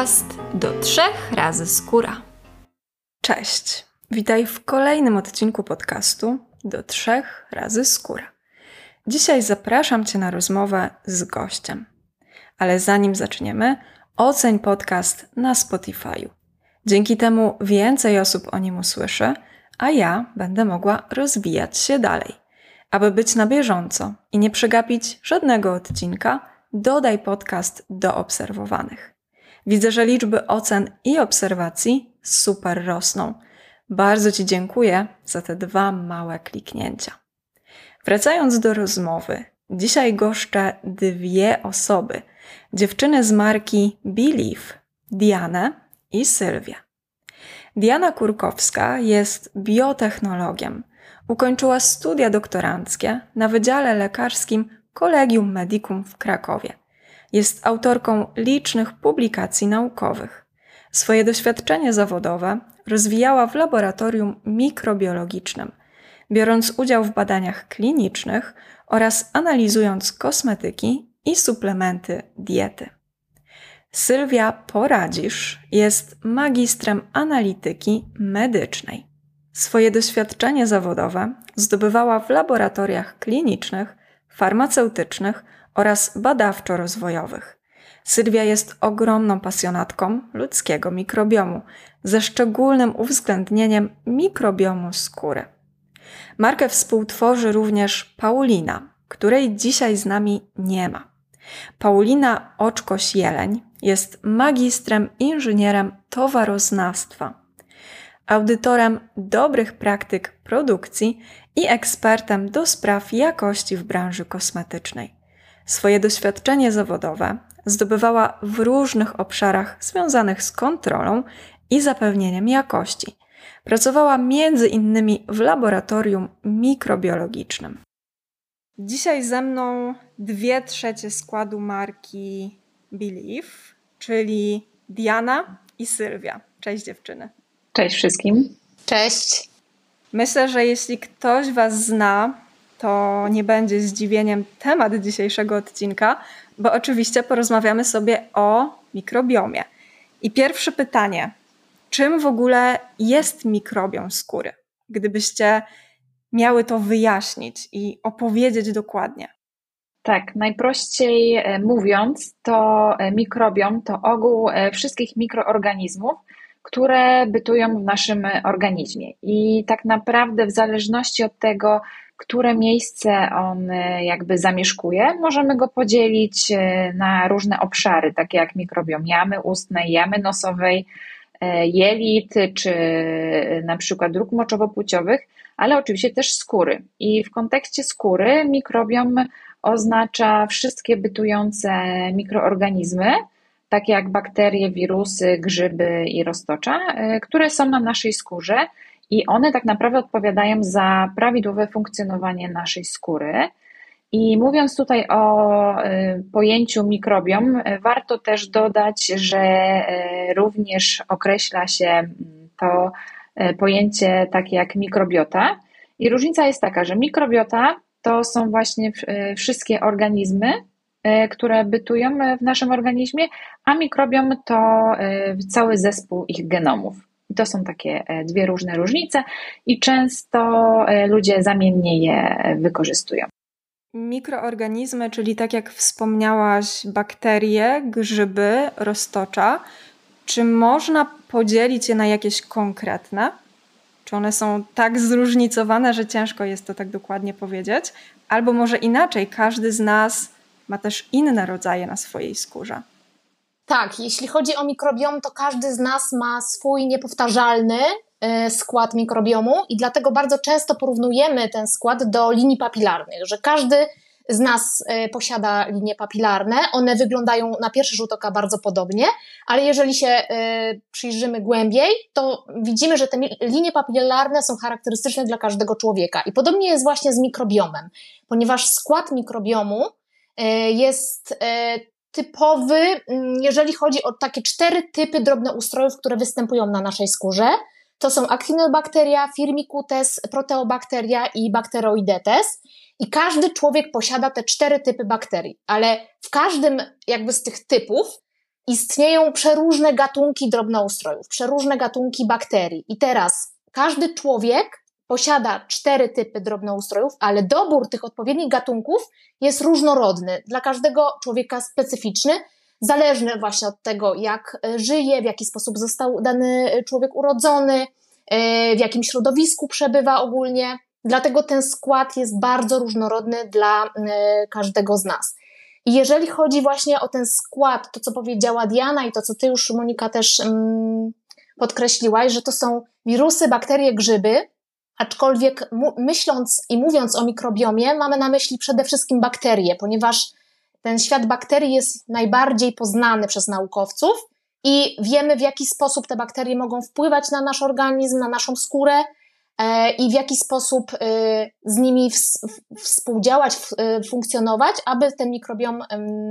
podcast do 3 razy skóra. Cześć, witaj w kolejnym odcinku podcastu do 3 razy skóra. Dzisiaj zapraszam Cię na rozmowę z gościem. Ale zanim zaczniemy, oceń podcast na Spotify'u. Dzięki temu więcej osób o nim usłyszy, a ja będę mogła rozwijać się dalej. Aby być na bieżąco i nie przegapić żadnego odcinka, dodaj podcast do obserwowanych. Widzę, że liczby ocen i obserwacji super rosną. Bardzo Ci dziękuję za te 2 małe kliknięcia. Wracając do rozmowy, dzisiaj goszczę 2 osoby. Dziewczyny z marki Believe, Dianę i Sylwię. Diana Kurkowska jest biotechnologiem. Ukończyła studia doktoranckie na Wydziale Lekarskim Collegium Medicum w Krakowie. Jest autorką licznych publikacji naukowych. Swoje doświadczenie zawodowe rozwijała w laboratorium mikrobiologicznym, biorąc udział w badaniach klinicznych oraz analizując kosmetyki i suplementy diety. Sylwia Poradzisz jest magistrem analityki medycznej. Swoje doświadczenie zawodowe zdobywała w laboratoriach klinicznych, farmaceutycznych oraz badawczo-rozwojowych. Sylwia jest ogromną pasjonatką ludzkiego mikrobiomu, ze szczególnym uwzględnieniem mikrobiomu skóry. Markę współtworzy również Paulina, której dzisiaj z nami nie ma. Paulina Oczkoś-Jeleń jest magistrem inżynierem towaroznawstwa, audytorem dobrych praktyk produkcji i ekspertem do spraw jakości w branży kosmetycznej. Swoje doświadczenie zawodowe zdobywała w różnych obszarach związanych z kontrolą i zapewnieniem jakości. Pracowała m.in. w laboratorium mikrobiologicznym. Dzisiaj ze mną 2/3 składu marki Believe, czyli Diana i Sylwia. Cześć dziewczyny. Cześć wszystkim. Cześć. Myślę, że jeśli ktoś Was zna, to nie będzie zdziwieniem temat dzisiejszego odcinka, bo oczywiście porozmawiamy sobie o mikrobiomie. I pierwsze pytanie, czym w ogóle jest mikrobiom skóry? Gdybyście miały to wyjaśnić i opowiedzieć dokładnie. Tak, najprościej mówiąc, to mikrobiom to ogół wszystkich mikroorganizmów, które bytują w naszym organizmie. I tak naprawdę w zależności od tego, które miejsce on jakby zamieszkuje, możemy go podzielić na różne obszary, takie jak mikrobiom jamy ustnej, jamy nosowej, jelit, czy na przykład dróg moczowo-płciowych, ale oczywiście też skóry. I w kontekście skóry mikrobiom oznacza wszystkie bytujące mikroorganizmy, takie jak bakterie, wirusy, grzyby i roztocza, które są na naszej skórze i one tak naprawdę odpowiadają za prawidłowe funkcjonowanie naszej skóry. I mówiąc tutaj o pojęciu mikrobiom, warto też dodać, że również określa się to pojęcie takie jak mikrobiota. I różnica jest taka, że mikrobiota to są właśnie wszystkie organizmy, które bytują w naszym organizmie, a mikrobiom to cały zespół ich genomów. I to są takie 2 różne różnice i często ludzie zamiennie je wykorzystują. Mikroorganizmy, czyli tak jak wspomniałaś, bakterie, grzyby, roztocza, czy można podzielić je na jakieś konkretne? Czy one są tak zróżnicowane, że ciężko jest to tak dokładnie powiedzieć? Albo może inaczej, każdy z nas ma też inne rodzaje na swojej skórze. Tak, jeśli chodzi o mikrobiom, to każdy z nas ma swój niepowtarzalny skład mikrobiomu i dlatego bardzo często porównujemy ten skład do linii papilarnych, że każdy z nas posiada linie papilarne, one wyglądają na pierwszy rzut oka bardzo podobnie, ale jeżeli się przyjrzymy głębiej, to widzimy, że te linie papilarne są charakterystyczne dla każdego człowieka i podobnie jest właśnie z mikrobiomem, ponieważ skład mikrobiomu jest typowy, jeżeli chodzi o takie 4 typy drobnoustrojów, które występują na naszej skórze. To są Actinobacteria, Firmicutes, Proteobacteria i Bacteroidetes. I każdy człowiek posiada te 4 typy bakterii, ale w każdym jakby z tych typów istnieją przeróżne gatunki drobnoustrojów, przeróżne gatunki bakterii. I teraz każdy człowiek posiada 4 typy drobnoustrojów, ale dobór tych odpowiednich gatunków jest różnorodny, dla każdego człowieka specyficzny, zależny właśnie od tego, jak żyje, w jaki sposób został dany człowiek urodzony, w jakim środowisku przebywa ogólnie. Dlatego ten skład jest bardzo różnorodny dla każdego z nas. I jeżeli chodzi właśnie o ten skład, to co powiedziała Diana i to co ty już, Monika, też podkreśliłaś, że to są wirusy, bakterie, grzyby, aczkolwiek myśląc i mówiąc o mikrobiomie, mamy na myśli przede wszystkim bakterie, ponieważ ten świat bakterii jest najbardziej poznany przez naukowców i wiemy, w jaki sposób te bakterie mogą wpływać na nasz organizm, na naszą skórę i w jaki sposób z nimi współdziałać, funkcjonować, aby ten mikrobiom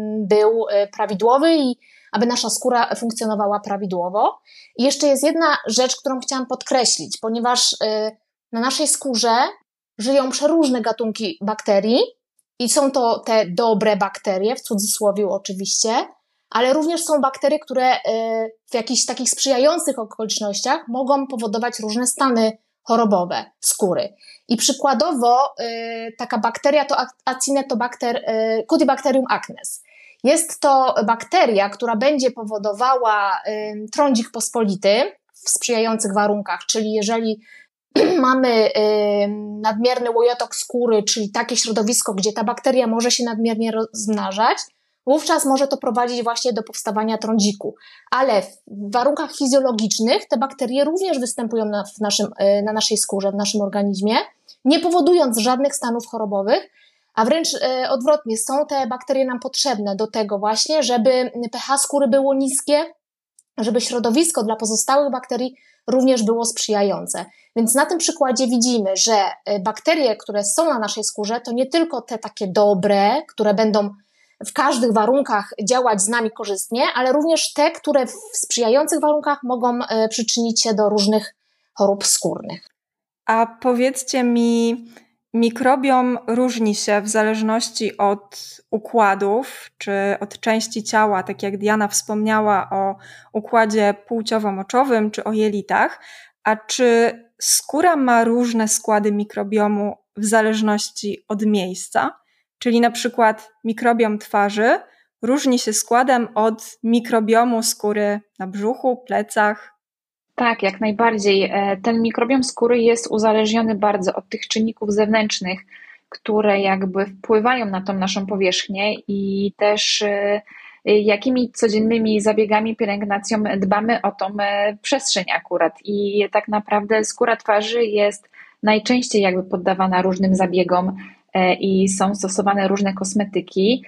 był prawidłowy i aby nasza skóra funkcjonowała prawidłowo. I jeszcze jest jedna rzecz, którą chciałam podkreślić, ponieważ na naszej skórze żyją przeróżne gatunki bakterii i są to te dobre bakterie, w cudzysłowie oczywiście, ale również są bakterie, które w jakichś takich sprzyjających okolicznościach mogą powodować różne stany chorobowe skóry. I przykładowo taka bakteria to Acinetobacter Cutibacterium acnes. Jest to bakteria, która będzie powodowała trądzik pospolity w sprzyjających warunkach, czyli jeżeli mamy nadmierny łojotok skóry, czyli takie środowisko, gdzie ta bakteria może się nadmiernie rozmnażać, wówczas może to prowadzić właśnie do powstawania trądziku. Ale w warunkach fizjologicznych te bakterie również występują na naszej skórze, w naszym organizmie, nie powodując żadnych stanów chorobowych, a wręcz odwrotnie, są te bakterie nam potrzebne do tego właśnie, żeby pH skóry było niskie, żeby środowisko dla pozostałych bakterii również było sprzyjające. Więc na tym przykładzie widzimy, że bakterie, które są na naszej skórze, to nie tylko te takie dobre, które będą w każdych warunkach działać z nami korzystnie, ale również te, które w sprzyjających warunkach mogą przyczynić się do różnych chorób skórnych. A powiedzcie mi, mikrobiom różni się w zależności od układów czy od części ciała, tak jak Diana wspomniała o układzie płciowo-moczowym czy o jelitach, a czy skóra ma różne składy mikrobiomu w zależności od miejsca? Czyli na przykład mikrobiom twarzy różni się składem od mikrobiomu skóry na brzuchu, plecach. Tak, jak najbardziej. Ten mikrobiom skóry jest uzależniony bardzo od tych czynników zewnętrznych, które jakby wpływają na tą naszą powierzchnię i też jakimi codziennymi zabiegami, pielęgnacją dbamy o tą przestrzeń akurat. I tak naprawdę skóra twarzy jest najczęściej jakby poddawana różnym zabiegom i są stosowane różne kosmetyki.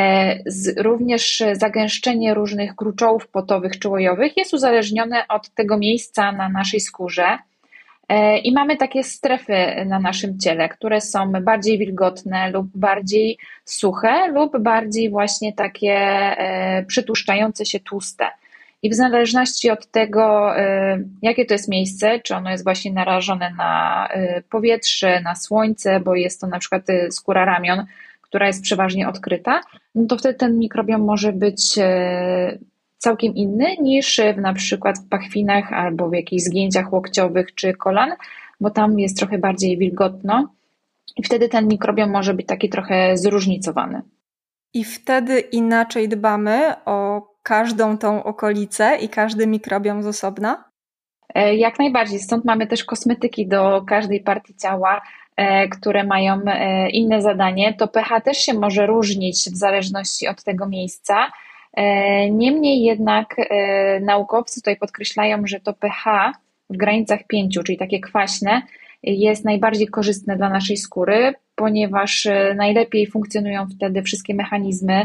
Również zagęszczenie różnych gruczołów potowych czy łojowych jest uzależnione od tego miejsca na naszej skórze i mamy takie strefy na naszym ciele, które są bardziej wilgotne lub bardziej suche lub bardziej właśnie takie przytłuszczające się tłuste. I w zależności od tego, jakie to jest miejsce, czy ono jest właśnie narażone na powietrze, na słońce, bo jest to na przykład skóra ramion, która jest przeważnie odkryta, no to wtedy ten mikrobiom może być całkiem inny niż na przykład w pachwinach albo w jakichś zgięciach łokciowych czy kolan, bo tam jest trochę bardziej wilgotno i wtedy ten mikrobiom może być taki trochę zróżnicowany. I wtedy inaczej dbamy o każdą tą okolicę i każdy mikrobiom z osobna? Jak najbardziej, stąd mamy też kosmetyki do każdej partii ciała, które mają inne zadanie. To pH też się może różnić w zależności od tego miejsca. Niemniej jednak naukowcy tutaj podkreślają, że to pH w granicach 5, czyli takie kwaśne, jest najbardziej korzystne dla naszej skóry, ponieważ najlepiej funkcjonują wtedy wszystkie mechanizmy,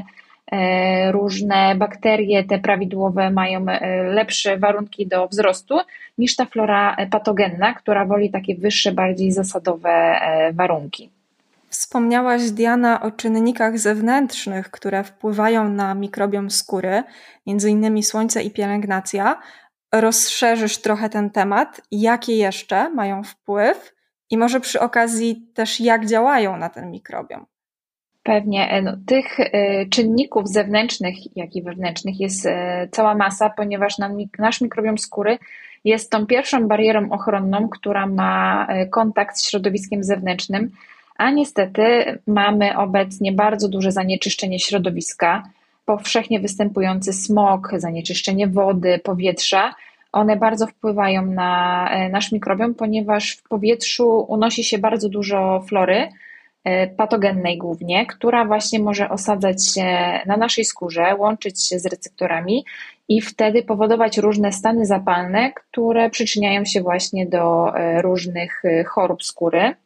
różne bakterie, te prawidłowe, mają lepsze warunki do wzrostu niż ta flora patogenna, która woli takie wyższe, bardziej zasadowe warunki. Wspomniałaś, Diana, o czynnikach zewnętrznych, które wpływają na mikrobiom skóry, między innymi słońce i pielęgnacja. Rozszerzysz trochę ten temat, jakie jeszcze mają wpływ i może przy okazji też jak działają na ten mikrobiom? Pewnie. No, tych czynników zewnętrznych, jak i wewnętrznych jest cała masa, ponieważ nasz mikrobiom skóry jest tą pierwszą barierą ochronną, która ma kontakt z środowiskiem zewnętrznym, a niestety mamy obecnie bardzo duże zanieczyszczenie środowiska, powszechnie występujący smog, zanieczyszczenie wody, powietrza. One bardzo wpływają na nasz mikrobiom, ponieważ w powietrzu unosi się bardzo dużo flory, patogennej głównie, która właśnie może osadzać się na naszej skórze, łączyć się z receptorami i wtedy powodować różne stany zapalne, które przyczyniają się właśnie do różnych chorób skóry.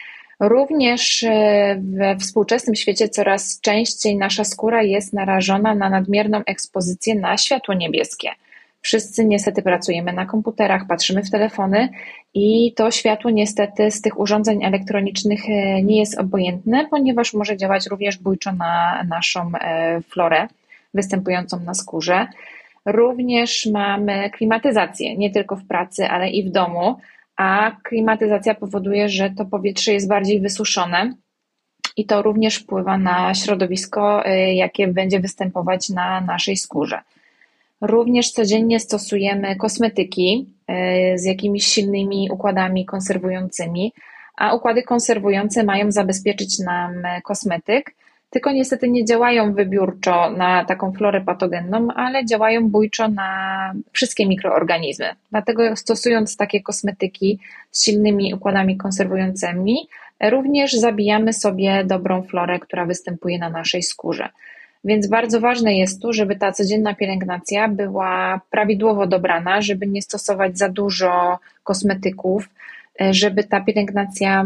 Również we współczesnym świecie coraz częściej nasza skóra jest narażona na nadmierną ekspozycję na światło niebieskie. Wszyscy niestety pracujemy na komputerach, patrzymy w telefony i to światło niestety z tych urządzeń elektronicznych nie jest obojętne, ponieważ może działać również bójczo na naszą florę występującą na skórze. Również mamy klimatyzację, nie tylko w pracy, ale i w domu, a klimatyzacja powoduje, że to powietrze jest bardziej wysuszone i to również wpływa na środowisko, jakie będzie występować na naszej skórze. Również codziennie stosujemy kosmetyki z jakimiś silnymi układami konserwującymi, a układy konserwujące mają zabezpieczyć nam kosmetyk, tylko niestety nie działają wybiórczo na taką florę patogenną, ale działają bójczo na wszystkie mikroorganizmy. Dlatego stosując takie kosmetyki z silnymi układami konserwującymi, również zabijamy sobie dobrą florę, która występuje na naszej skórze. Więc bardzo ważne jest tu, żeby ta codzienna pielęgnacja była prawidłowo dobrana, żeby nie stosować za dużo kosmetyków, żeby ta pielęgnacja,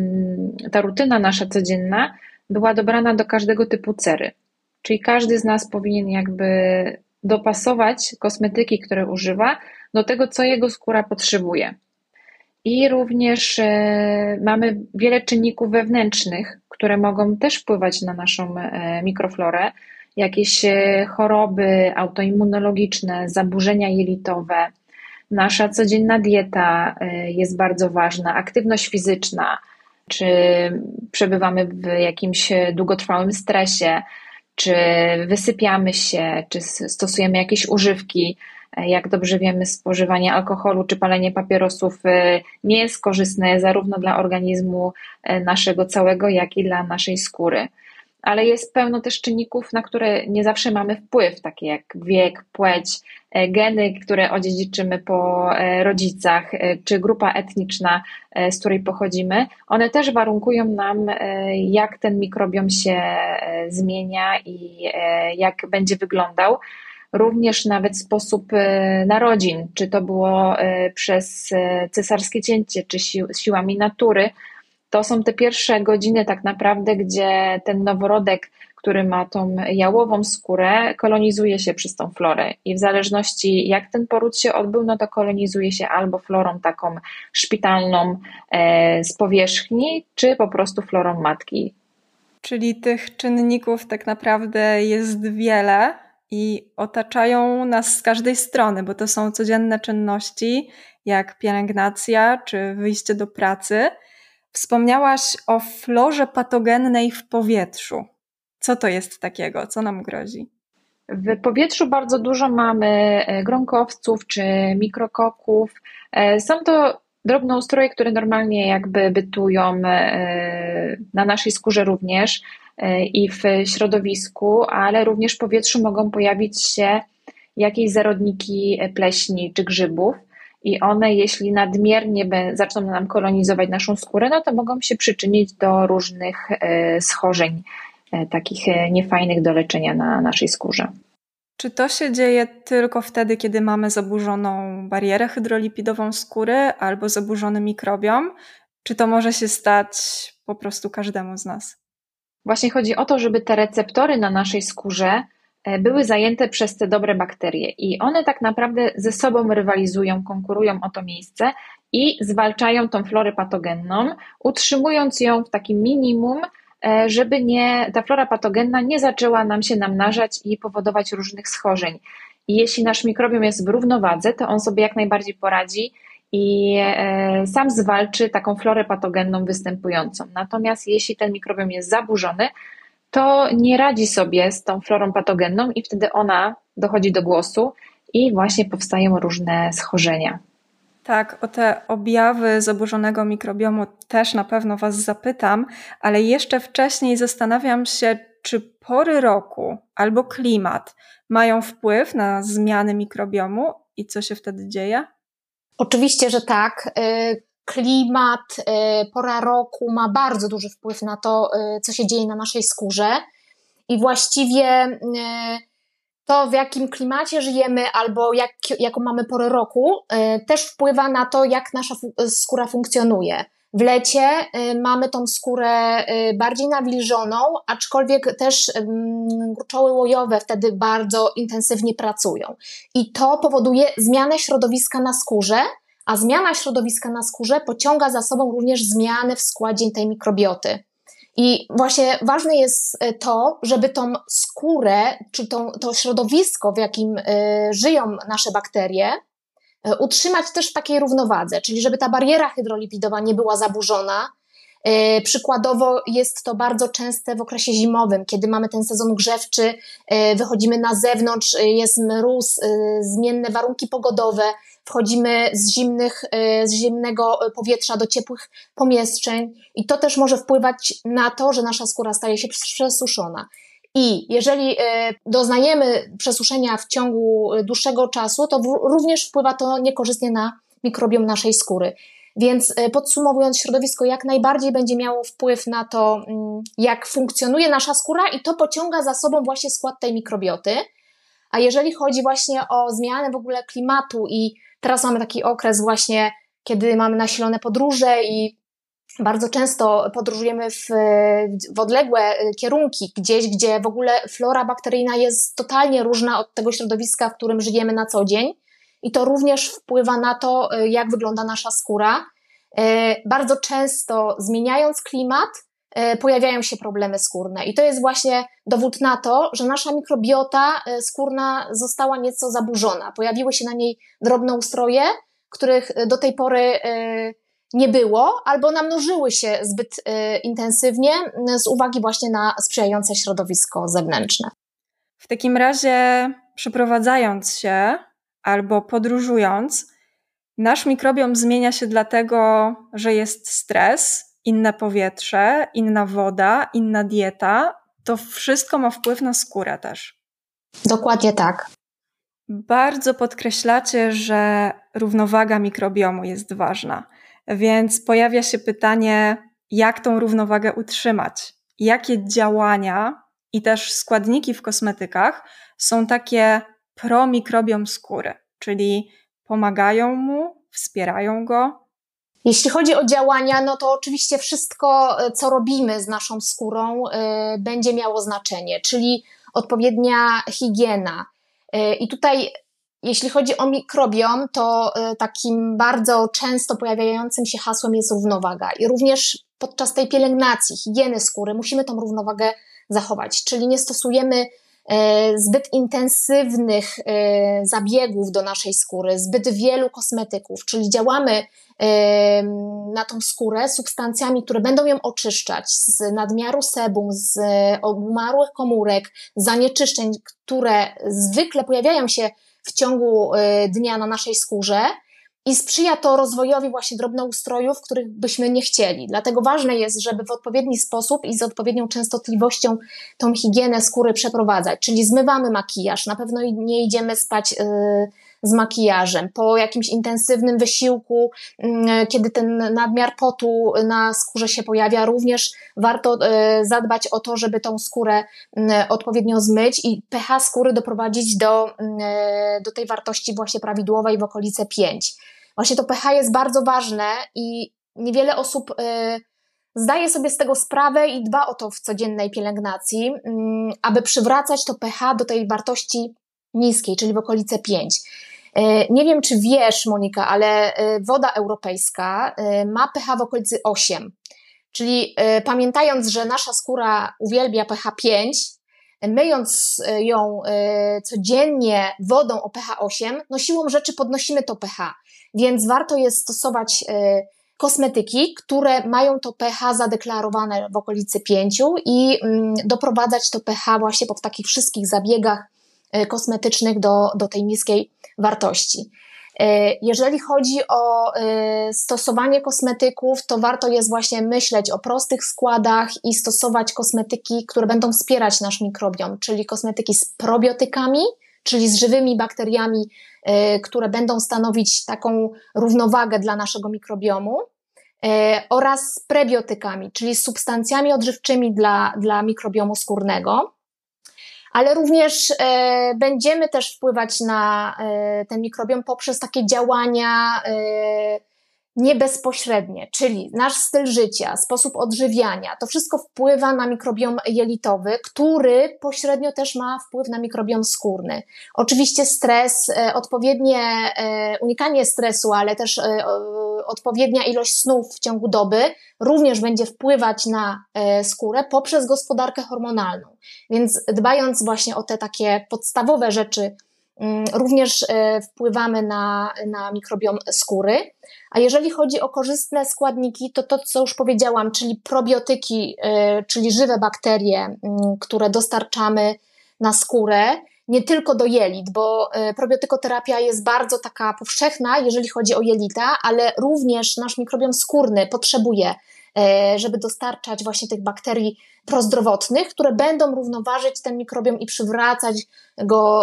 ta rutyna nasza codzienna była dobrana do każdego typu cery. Czyli każdy z nas powinien jakby dopasować kosmetyki, które używa, do tego, co jego skóra potrzebuje. I również mamy wiele czynników wewnętrznych, które mogą też wpływać na naszą mikroflorę. Jakieś choroby autoimmunologiczne, zaburzenia jelitowe. Nasza codzienna dieta jest bardzo ważna, aktywność fizyczna, czy przebywamy w jakimś długotrwałym stresie, czy wysypiamy się, czy stosujemy jakieś używki. Jak dobrze wiemy, spożywanie alkoholu czy palenie papierosów nie jest korzystne zarówno dla organizmu naszego całego, jak i dla naszej skóry. Ale jest pełno też czynników, na które nie zawsze mamy wpływ, takie jak wiek, płeć, geny, które odziedziczymy po rodzicach, czy grupa etniczna, z której pochodzimy. One też warunkują nam, jak ten mikrobiom się zmienia i jak będzie wyglądał. Również nawet sposób narodzin, czy to było przez cesarskie cięcie, czy siłami natury. To są te pierwsze godziny tak naprawdę, gdzie ten noworodek, który ma tą jałową skórę, kolonizuje się przez tą florę i w zależności jak ten poród się odbył, no to kolonizuje się albo florą taką szpitalną z powierzchni, czy po prostu florą matki. Czyli tych czynników tak naprawdę jest wiele i otaczają nas z każdej strony, bo to są codzienne czynności, jak pielęgnacja czy wyjście do pracy. Wspomniałaś o florze patogennej w powietrzu. Co to jest takiego? Co nam grozi? W powietrzu bardzo dużo mamy gronkowców czy mikrokoków. Są to drobnoustroje, które normalnie jakby bytują na naszej skórze również i w środowisku, ale również w powietrzu mogą pojawić się jakieś zarodniki pleśni czy grzybów. I one, jeśli nadmiernie zaczną nam kolonizować naszą skórę, no to mogą się przyczynić do różnych schorzeń, takich niefajnych do leczenia na naszej skórze. Czy to się dzieje tylko wtedy, kiedy mamy zaburzoną barierę hydrolipidową skóry albo zaburzony mikrobiom? Czy to może się stać po prostu każdemu z nas? Właśnie chodzi o to, żeby te receptory na naszej skórze były zajęte przez te dobre bakterie i one tak naprawdę ze sobą rywalizują, konkurują o to miejsce i zwalczają tą florę patogenną, utrzymując ją w takim minimum, żeby ta flora patogenna nie zaczęła nam się namnażać i powodować różnych schorzeń. I jeśli nasz mikrobiom jest w równowadze, to on sobie jak najbardziej poradzi i sam zwalczy taką florę patogenną występującą. Natomiast jeśli ten mikrobiom jest zaburzony, to nie radzi sobie z tą florą patogenną i wtedy ona dochodzi do głosu i właśnie powstają różne schorzenia. Tak, o te objawy zaburzonego mikrobiomu też na pewno Was zapytam, ale jeszcze wcześniej zastanawiam się, czy pory roku albo klimat mają wpływ na zmiany mikrobiomu i co się wtedy dzieje? Oczywiście, że tak. Klimat, pora roku ma bardzo duży wpływ na to, co się dzieje na naszej skórze i właściwie to, w jakim klimacie żyjemy albo jaką mamy porę roku, też wpływa na to, jak nasza skóra funkcjonuje. W lecie mamy tą skórę bardziej nawilżoną, aczkolwiek też gruczoły łojowe wtedy bardzo intensywnie pracują. I to powoduje zmianę środowiska na skórze, a zmiana środowiska na skórze pociąga za sobą również zmiany w składzie tej mikrobioty. I właśnie ważne jest to, żeby tą skórę, czy to środowisko, w jakim żyją nasze bakterie, utrzymać też w takiej równowadze, czyli żeby ta bariera hydrolipidowa nie była zaburzona. Przykładowo jest to bardzo częste w okresie zimowym, kiedy mamy ten sezon grzewczy, wychodzimy na zewnątrz, jest mróz, zmienne warunki pogodowe, wchodzimy z zimnego powietrza do ciepłych pomieszczeń i to też może wpływać na to, że nasza skóra staje się przesuszona. I jeżeli doznajemy przesuszenia w ciągu dłuższego czasu, to również wpływa to niekorzystnie na mikrobiom naszej skóry. Więc podsumowując, środowisko jak najbardziej będzie miało wpływ na to, jak funkcjonuje nasza skóra i to pociąga za sobą właśnie skład tej mikrobioty. A jeżeli chodzi właśnie o zmianę w ogóle klimatu i teraz mamy taki okres właśnie, kiedy mamy nasilone podróże i bardzo często podróżujemy w odległe kierunki, gdzieś, gdzie w ogóle flora bakteryjna jest totalnie różna od tego środowiska, w którym żyjemy na co dzień. I to również wpływa na to, jak wygląda nasza skóra. Bardzo często zmieniając klimat, pojawiają się problemy skórne. I to jest właśnie dowód na to, że nasza mikrobiota skórna została nieco zaburzona. Pojawiły się na niej drobnoustroje, których do tej pory nie było, albo namnożyły się zbyt intensywnie z uwagi właśnie na sprzyjające środowisko zewnętrzne. W takim razie, przeprowadzając się albo podróżując, nasz mikrobiom zmienia się dlatego, że jest stres, inne powietrze, inna woda, inna dieta. To wszystko ma wpływ na skórę też. Dokładnie tak. Bardzo podkreślacie, że równowaga mikrobiomu jest ważna, więc pojawia się pytanie, jak tą równowagę utrzymać? Jakie działania i też składniki w kosmetykach są takie pro-mikrobiom skóry, czyli pomagają mu, wspierają go? Jeśli chodzi o działania, no to oczywiście wszystko, co robimy z naszą skórą, będzie miało znaczenie, czyli odpowiednia higiena. I tutaj, jeśli chodzi o mikrobiom, to takim bardzo często pojawiającym się hasłem jest równowaga. I również podczas tej pielęgnacji, higieny skóry musimy tą równowagę zachować, czyli nie stosujemy zbyt intensywnych zabiegów do naszej skóry, zbyt wielu kosmetyków, czyli działamy na tą skórę substancjami, które będą ją oczyszczać z nadmiaru sebum, z obumarłych komórek, z zanieczyszczeń, które zwykle pojawiają się w ciągu dnia na naszej skórze i sprzyja to rozwojowi właśnie drobnoustrojów, których byśmy nie chcieli. Dlatego ważne jest, żeby w odpowiedni sposób i z odpowiednią częstotliwością tą higienę skóry przeprowadzać, czyli zmywamy makijaż, na pewno nie idziemy spać z makijażem. Po jakimś intensywnym wysiłku, kiedy ten nadmiar potu na skórze się pojawia, również warto zadbać o to, żeby tą skórę odpowiednio zmyć i pH skóry doprowadzić do tej wartości właśnie prawidłowej w okolice 5. Właśnie to pH jest bardzo ważne i niewiele osób zdaje sobie z tego sprawę i dba o to w codziennej pielęgnacji, aby przywracać to pH do tej wartości niskiej, czyli w okolice 5. Nie wiem, czy wiesz, Monika, ale woda europejska ma pH w okolicy 8. Czyli pamiętając, że nasza skóra uwielbia pH 5, myjąc ją codziennie wodą o pH 8, no siłą rzeczy podnosimy to pH. Więc warto jest stosować kosmetyki, które mają to pH zadeklarowane w okolicy 5 i doprowadzać to pH właśnie po takich wszystkich zabiegach kosmetycznych do tej niskiej wartości. Jeżeli chodzi o stosowanie kosmetyków, to warto jest właśnie myśleć o prostych składach i stosować kosmetyki, które będą wspierać nasz mikrobiom, czyli kosmetyki z probiotykami, czyli z żywymi bakteriami, które będą stanowić taką równowagę dla naszego mikrobiomu, oraz z prebiotykami, czyli z substancjami odżywczymi dla mikrobiomu skórnego. Ale również będziemy też wpływać na ten mikrobiom poprzez takie działania niebezpośrednie, czyli nasz styl życia, sposób odżywiania. To wszystko wpływa na mikrobiom jelitowy, który pośrednio też ma wpływ na mikrobiom skórny. Oczywiście stres, unikanie stresu, ale też odpowiednia ilość snów w ciągu doby również będzie wpływać na skórę poprzez gospodarkę hormonalną. Więc dbając właśnie o te takie podstawowe rzeczy, również wpływamy na mikrobiom skóry. A jeżeli chodzi o korzystne składniki, to co już powiedziałam, czyli probiotyki, czyli żywe bakterie, które dostarczamy na skórę, nie tylko do jelit, bo probiotykoterapia jest bardzo taka powszechna, jeżeli chodzi o jelita, ale również nasz mikrobiom skórny potrzebuje, żeby dostarczać właśnie tych bakterii prozdrowotnych, które będą równoważyć ten mikrobiom i przywracać go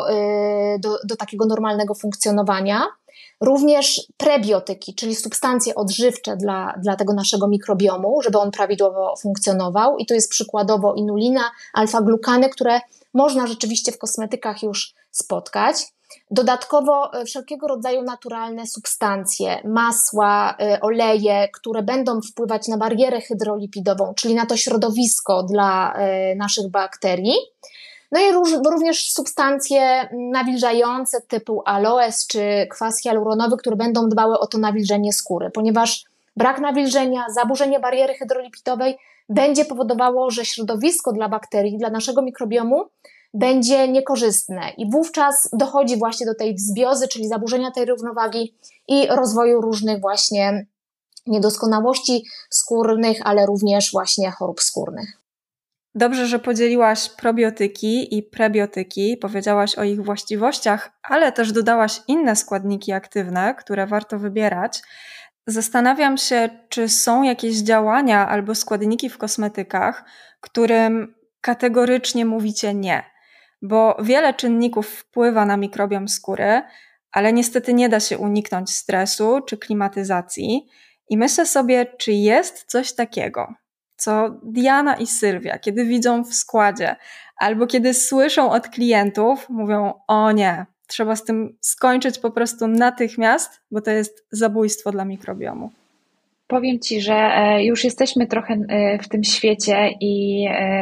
do takiego normalnego funkcjonowania. Również prebiotyki, czyli substancje odżywcze dla tego naszego mikrobiomu, żeby on prawidłowo funkcjonował, i to jest przykładowo inulina, alfa-glukany, które można rzeczywiście w kosmetykach już spotkać. Dodatkowo wszelkiego rodzaju naturalne substancje, masła, oleje, które będą wpływać na barierę hydrolipidową, czyli na to środowisko dla naszych bakterii. No i również substancje nawilżające typu aloes czy kwas hialuronowy, które będą dbały o to nawilżenie skóry, ponieważ brak nawilżenia, zaburzenie bariery hydrolipidowej będzie powodowało, że środowisko dla bakterii, dla naszego mikrobiomu będzie niekorzystne i wówczas dochodzi właśnie do tej dysbiozy, czyli zaburzenia tej równowagi i rozwoju różnych właśnie niedoskonałości skórnych, ale również właśnie chorób skórnych. Dobrze, że podzieliłaś probiotyki i prebiotyki, powiedziałaś o ich właściwościach, ale też dodałaś inne składniki aktywne, które warto wybierać. Zastanawiam się, czy są jakieś działania albo składniki w kosmetykach, którym kategorycznie mówicie nie, bo wiele czynników wpływa na mikrobiom skóry, ale niestety nie da się uniknąć stresu czy klimatyzacji i myślę sobie, czy jest coś takiego, co Diana i Sylwia, kiedy widzą w składzie albo kiedy słyszą od klientów, mówią: o nie, trzeba z tym skończyć po prostu natychmiast, bo to jest zabójstwo dla mikrobiomu. Powiem Ci, że już jesteśmy trochę w tym świecie i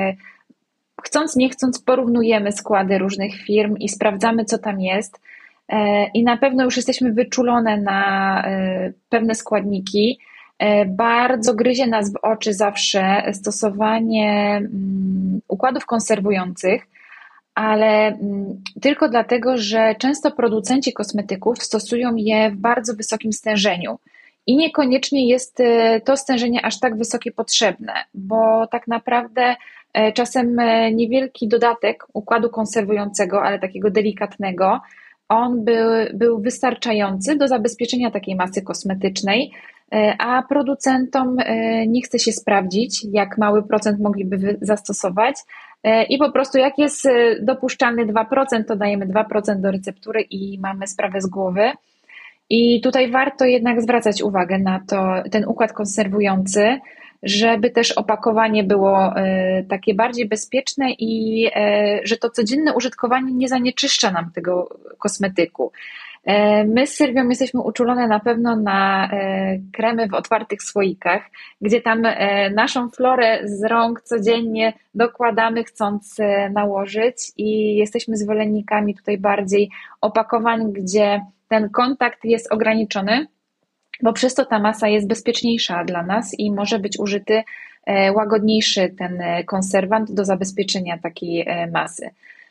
chcąc nie chcąc porównujemy składy różnych firm i sprawdzamy, co tam jest, i na pewno już jesteśmy wyczulone na pewne składniki. Bardzo gryzie nas w oczy zawsze stosowanie układów konserwujących, ale tylko dlatego, że często producenci kosmetyków stosują je w bardzo wysokim stężeniu i niekoniecznie jest to stężenie aż tak wysokie potrzebne, bo tak naprawdę czasem niewielki dodatek układu konserwującego, ale takiego delikatnego, on był wystarczający do zabezpieczenia takiej masy kosmetycznej, a producentom nie chce się sprawdzić, jak mały procent mogliby zastosować i po prostu jak jest dopuszczalny 2%, to dajemy 2% do receptury i mamy sprawę z głowy. I tutaj warto jednak zwracać uwagę na ten układ konserwujący, żeby też opakowanie było takie bardziej bezpieczne i że to codzienne użytkowanie nie zanieczyszcza nam tego kosmetyku. My z Sylwią jesteśmy uczulone na pewno na kremy w otwartych słoikach, gdzie tam naszą florę z rąk codziennie dokładamy, chcąc nałożyć, i jesteśmy zwolennikami tutaj bardziej opakowań, gdzie ten kontakt jest ograniczony, bo przez to ta masa jest bezpieczniejsza dla nas i może być użyty łagodniejszy ten konserwant do zabezpieczenia takiej masy.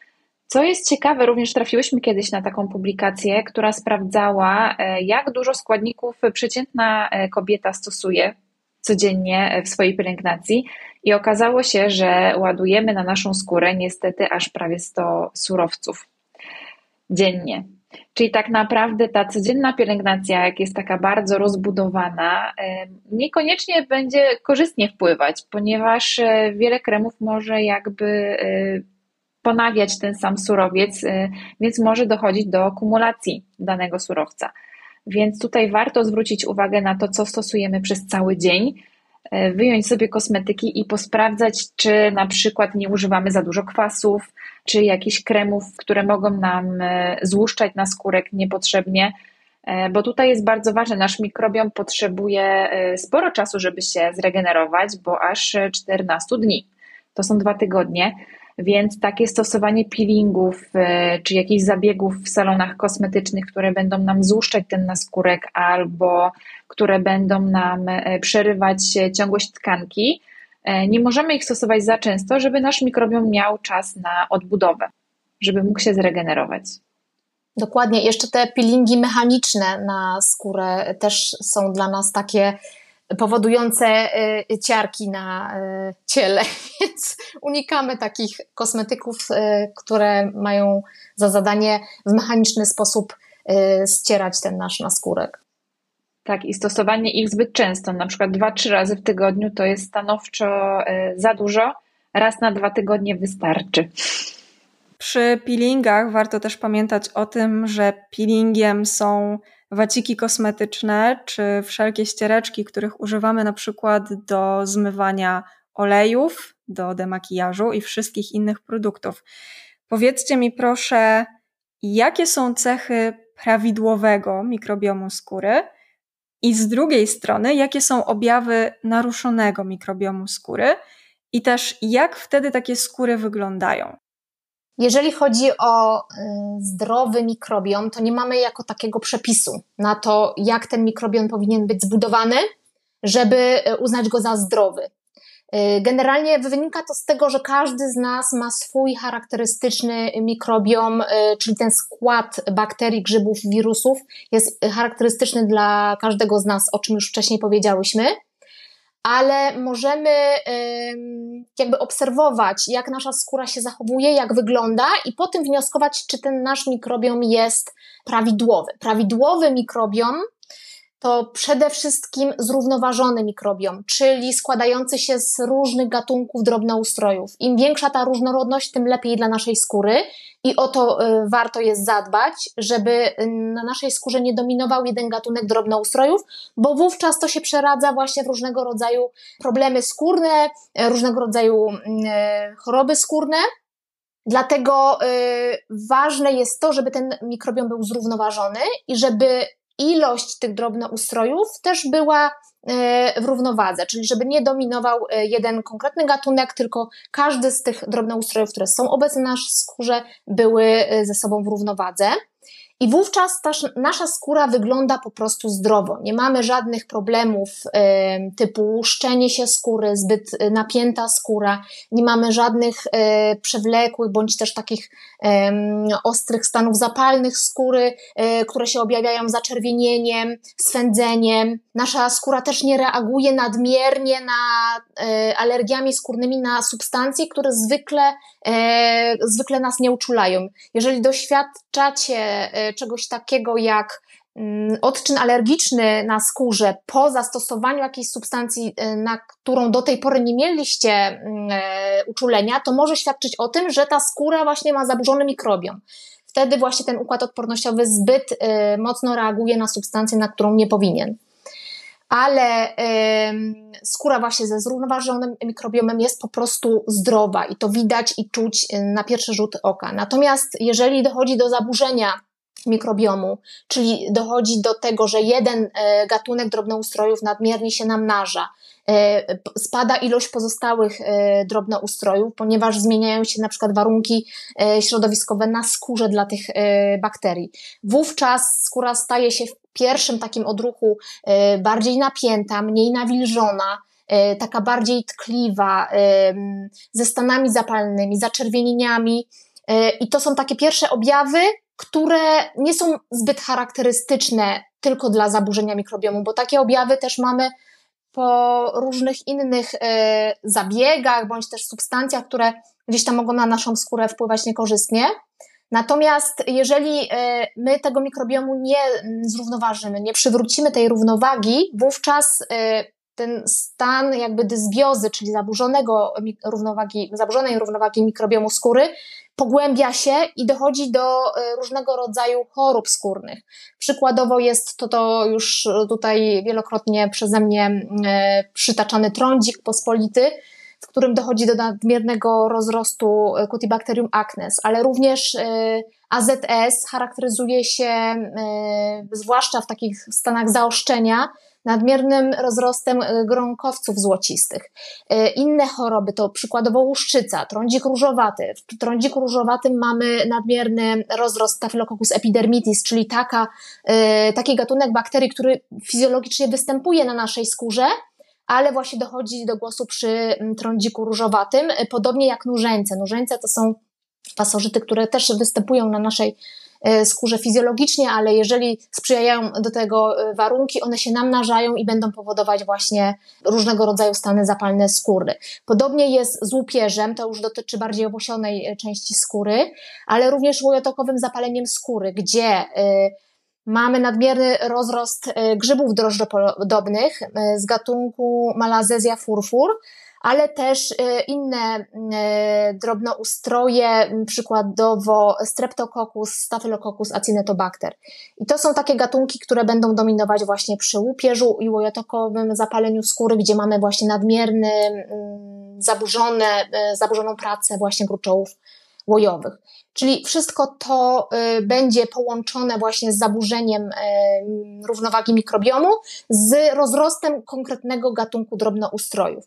Co jest ciekawe, również trafiłyśmy kiedyś na taką publikację, która sprawdzała, jak dużo składników przeciętna kobieta stosuje codziennie w swojej pielęgnacji i okazało się, że ładujemy na naszą skórę niestety aż prawie 100 surowców dziennie. Czyli tak naprawdę ta codzienna pielęgnacja, jak jest taka bardzo rozbudowana, niekoniecznie będzie korzystnie wpływać, ponieważ wiele kremów może jakby ponawiać ten sam surowiec, więc może dochodzić do kumulacji danego surowca. Więc tutaj warto zwrócić uwagę na to, co stosujemy przez cały dzień, wyjąć sobie kosmetyki i posprawdzać, czy na przykład nie używamy za dużo kwasów, czy jakichś kremów, które mogą nam złuszczać naskórek niepotrzebnie, bo tutaj jest bardzo ważne, nasz mikrobiom potrzebuje sporo czasu, żeby się zregenerować, bo aż 14 dni. To są 2 tygodnie. Więc takie stosowanie peelingów czy jakichś zabiegów w salonach kosmetycznych, które będą nam złuszczać ten naskórek albo które będą nam przerywać ciągłość tkanki, nie możemy ich stosować za często, żeby nasz mikrobiom miał czas na odbudowę, żeby mógł się zregenerować. Dokładnie. Jeszcze te peelingi mechaniczne na skórę też są dla nas takie powodujące ciarki na ciele, więc unikamy takich kosmetyków, które mają za zadanie w mechaniczny sposób ścierać ten nasz naskórek. Tak, i stosowanie ich zbyt często, na przykład 2-3 razy w tygodniu, to jest stanowczo za dużo, raz na 2 tygodnie wystarczy. Przy peelingach warto też pamiętać o tym, że peelingiem są waciki kosmetyczne czy wszelkie ściereczki, których używamy na przykład do zmywania olejów, do demakijażu i wszystkich innych produktów. Powiedzcie mi proszę, jakie są cechy prawidłowego mikrobiomu skóry i z drugiej strony, jakie są objawy naruszonego mikrobiomu skóry i też jak wtedy takie skóry wyglądają? Jeżeli chodzi o zdrowy mikrobiom, to nie mamy jako takiego przepisu na to, jak ten mikrobiom powinien być zbudowany, żeby uznać go za zdrowy. Generalnie wynika to z tego, że każdy z nas ma swój charakterystyczny mikrobiom, czyli ten skład bakterii, grzybów, wirusów jest charakterystyczny dla każdego z nas, o czym już wcześniej powiedziałyśmy. Ale możemy jakby obserwować, jak nasza skóra się zachowuje, jak wygląda i po tym wnioskować, czy ten nasz mikrobiom jest prawidłowy. Prawidłowy mikrobiom to przede wszystkim zrównoważony mikrobiom, czyli składający się z różnych gatunków drobnoustrojów. Im większa ta różnorodność, tym lepiej dla naszej skóry i o to warto jest zadbać, żeby na naszej skórze nie dominował jeden gatunek drobnoustrojów, bo wówczas to się przeradza właśnie w różnego rodzaju problemy skórne, różnego rodzaju choroby skórne. Dlatego ważne jest to, żeby ten mikrobiom był zrównoważony i żeby ilość tych drobnoustrojów też była w równowadze, czyli żeby nie dominował jeden konkretny gatunek, tylko każdy z tych drobnoustrojów, które są obecne na naszej skórze, były ze sobą w równowadze. I wówczas nasza skóra wygląda po prostu zdrowo. Nie mamy żadnych problemów typu łuszczenie się skóry, zbyt napięta skóra, nie mamy żadnych przewlekłych bądź też takich ostrych stanów zapalnych skóry, które się objawiają zaczerwienieniem, swędzeniem. Nasza skóra też nie reaguje nadmiernie na alergiami skórnymi na substancje, które zwykle nas nie uczulają. Jeżeli doświadczacie czegoś takiego jak odczyn alergiczny na skórze po zastosowaniu jakiejś substancji, na którą do tej pory nie mieliście uczulenia, to może świadczyć o tym, że ta skóra właśnie ma zaburzony mikrobiom. Wtedy właśnie ten układ odpornościowy zbyt mocno reaguje na substancję, na którą nie powinien. Ale skóra właśnie ze zrównoważonym mikrobiomem jest po prostu zdrowa i to widać i czuć na pierwszy rzut oka. Natomiast jeżeli dochodzi do zaburzenia mikrobiomu, czyli dochodzi do tego, że jeden gatunek drobnoustrojów nadmiernie się namnaża, spada ilość pozostałych drobnoustrojów, ponieważ zmieniają się na przykład warunki środowiskowe na skórze dla tych bakterii. Wówczas skóra staje się w pierwszym takim odruchu bardziej napięta, mniej nawilżona, taka bardziej tkliwa, ze stanami zapalnymi, zaczerwienieniami, I to są takie pierwsze objawy, które nie są zbyt charakterystyczne tylko dla zaburzenia mikrobiomu, bo takie objawy też mamy po różnych innych zabiegach, bądź też substancjach, które gdzieś tam mogą na naszą skórę wpływać niekorzystnie. Natomiast jeżeli my tego mikrobiomu nie zrównoważymy, nie przywrócimy tej równowagi, wówczas ten stan jakby dysbiozy, czyli zaburzonej równowagi mikrobiomu skóry pogłębia się i dochodzi do różnego rodzaju chorób skórnych. Przykładowo jest to już tutaj wielokrotnie przeze mnie przytaczany trądzik pospolity, w którym dochodzi do nadmiernego rozrostu Cutibacterium acnes, ale również AZS charakteryzuje się zwłaszcza w takich stanach zaostrzenia nadmiernym rozrostem gronkowców złocistych. Inne choroby to przykładowo łuszczyca, trądzik różowaty. W trądziku różowatym mamy nadmierny rozrost Staphylococcus epidermidis, czyli taki gatunek bakterii, który fizjologicznie występuje na naszej skórze, ale właśnie dochodzi do głosu przy trądziku różowatym, podobnie jak nużeńce. Nużeńce to są pasożyty, które też występują na naszej skórze fizjologicznie, ale jeżeli sprzyjają do tego warunki, one się namnażają i będą powodować właśnie różnego rodzaju stany zapalne skóry. Podobnie jest z łupieżem, to już dotyczy bardziej owłosionej części skóry, ale również łojotokowym zapaleniem skóry, gdzie mamy nadmierny rozrost grzybów drożdżopodobnych z gatunku Malassezia furfur, ale też inne drobnoustroje, przykładowo Streptococcus, Staphylococcus acinetobacter. I to są takie gatunki, które będą dominować właśnie przy łupieżu i łojotokowym zapaleniu skóry, gdzie mamy właśnie zaburzoną pracę właśnie gruczołów łojowych. Czyli wszystko to będzie połączone właśnie z zaburzeniem równowagi mikrobiomu, z rozrostem konkretnego gatunku drobnoustrojów.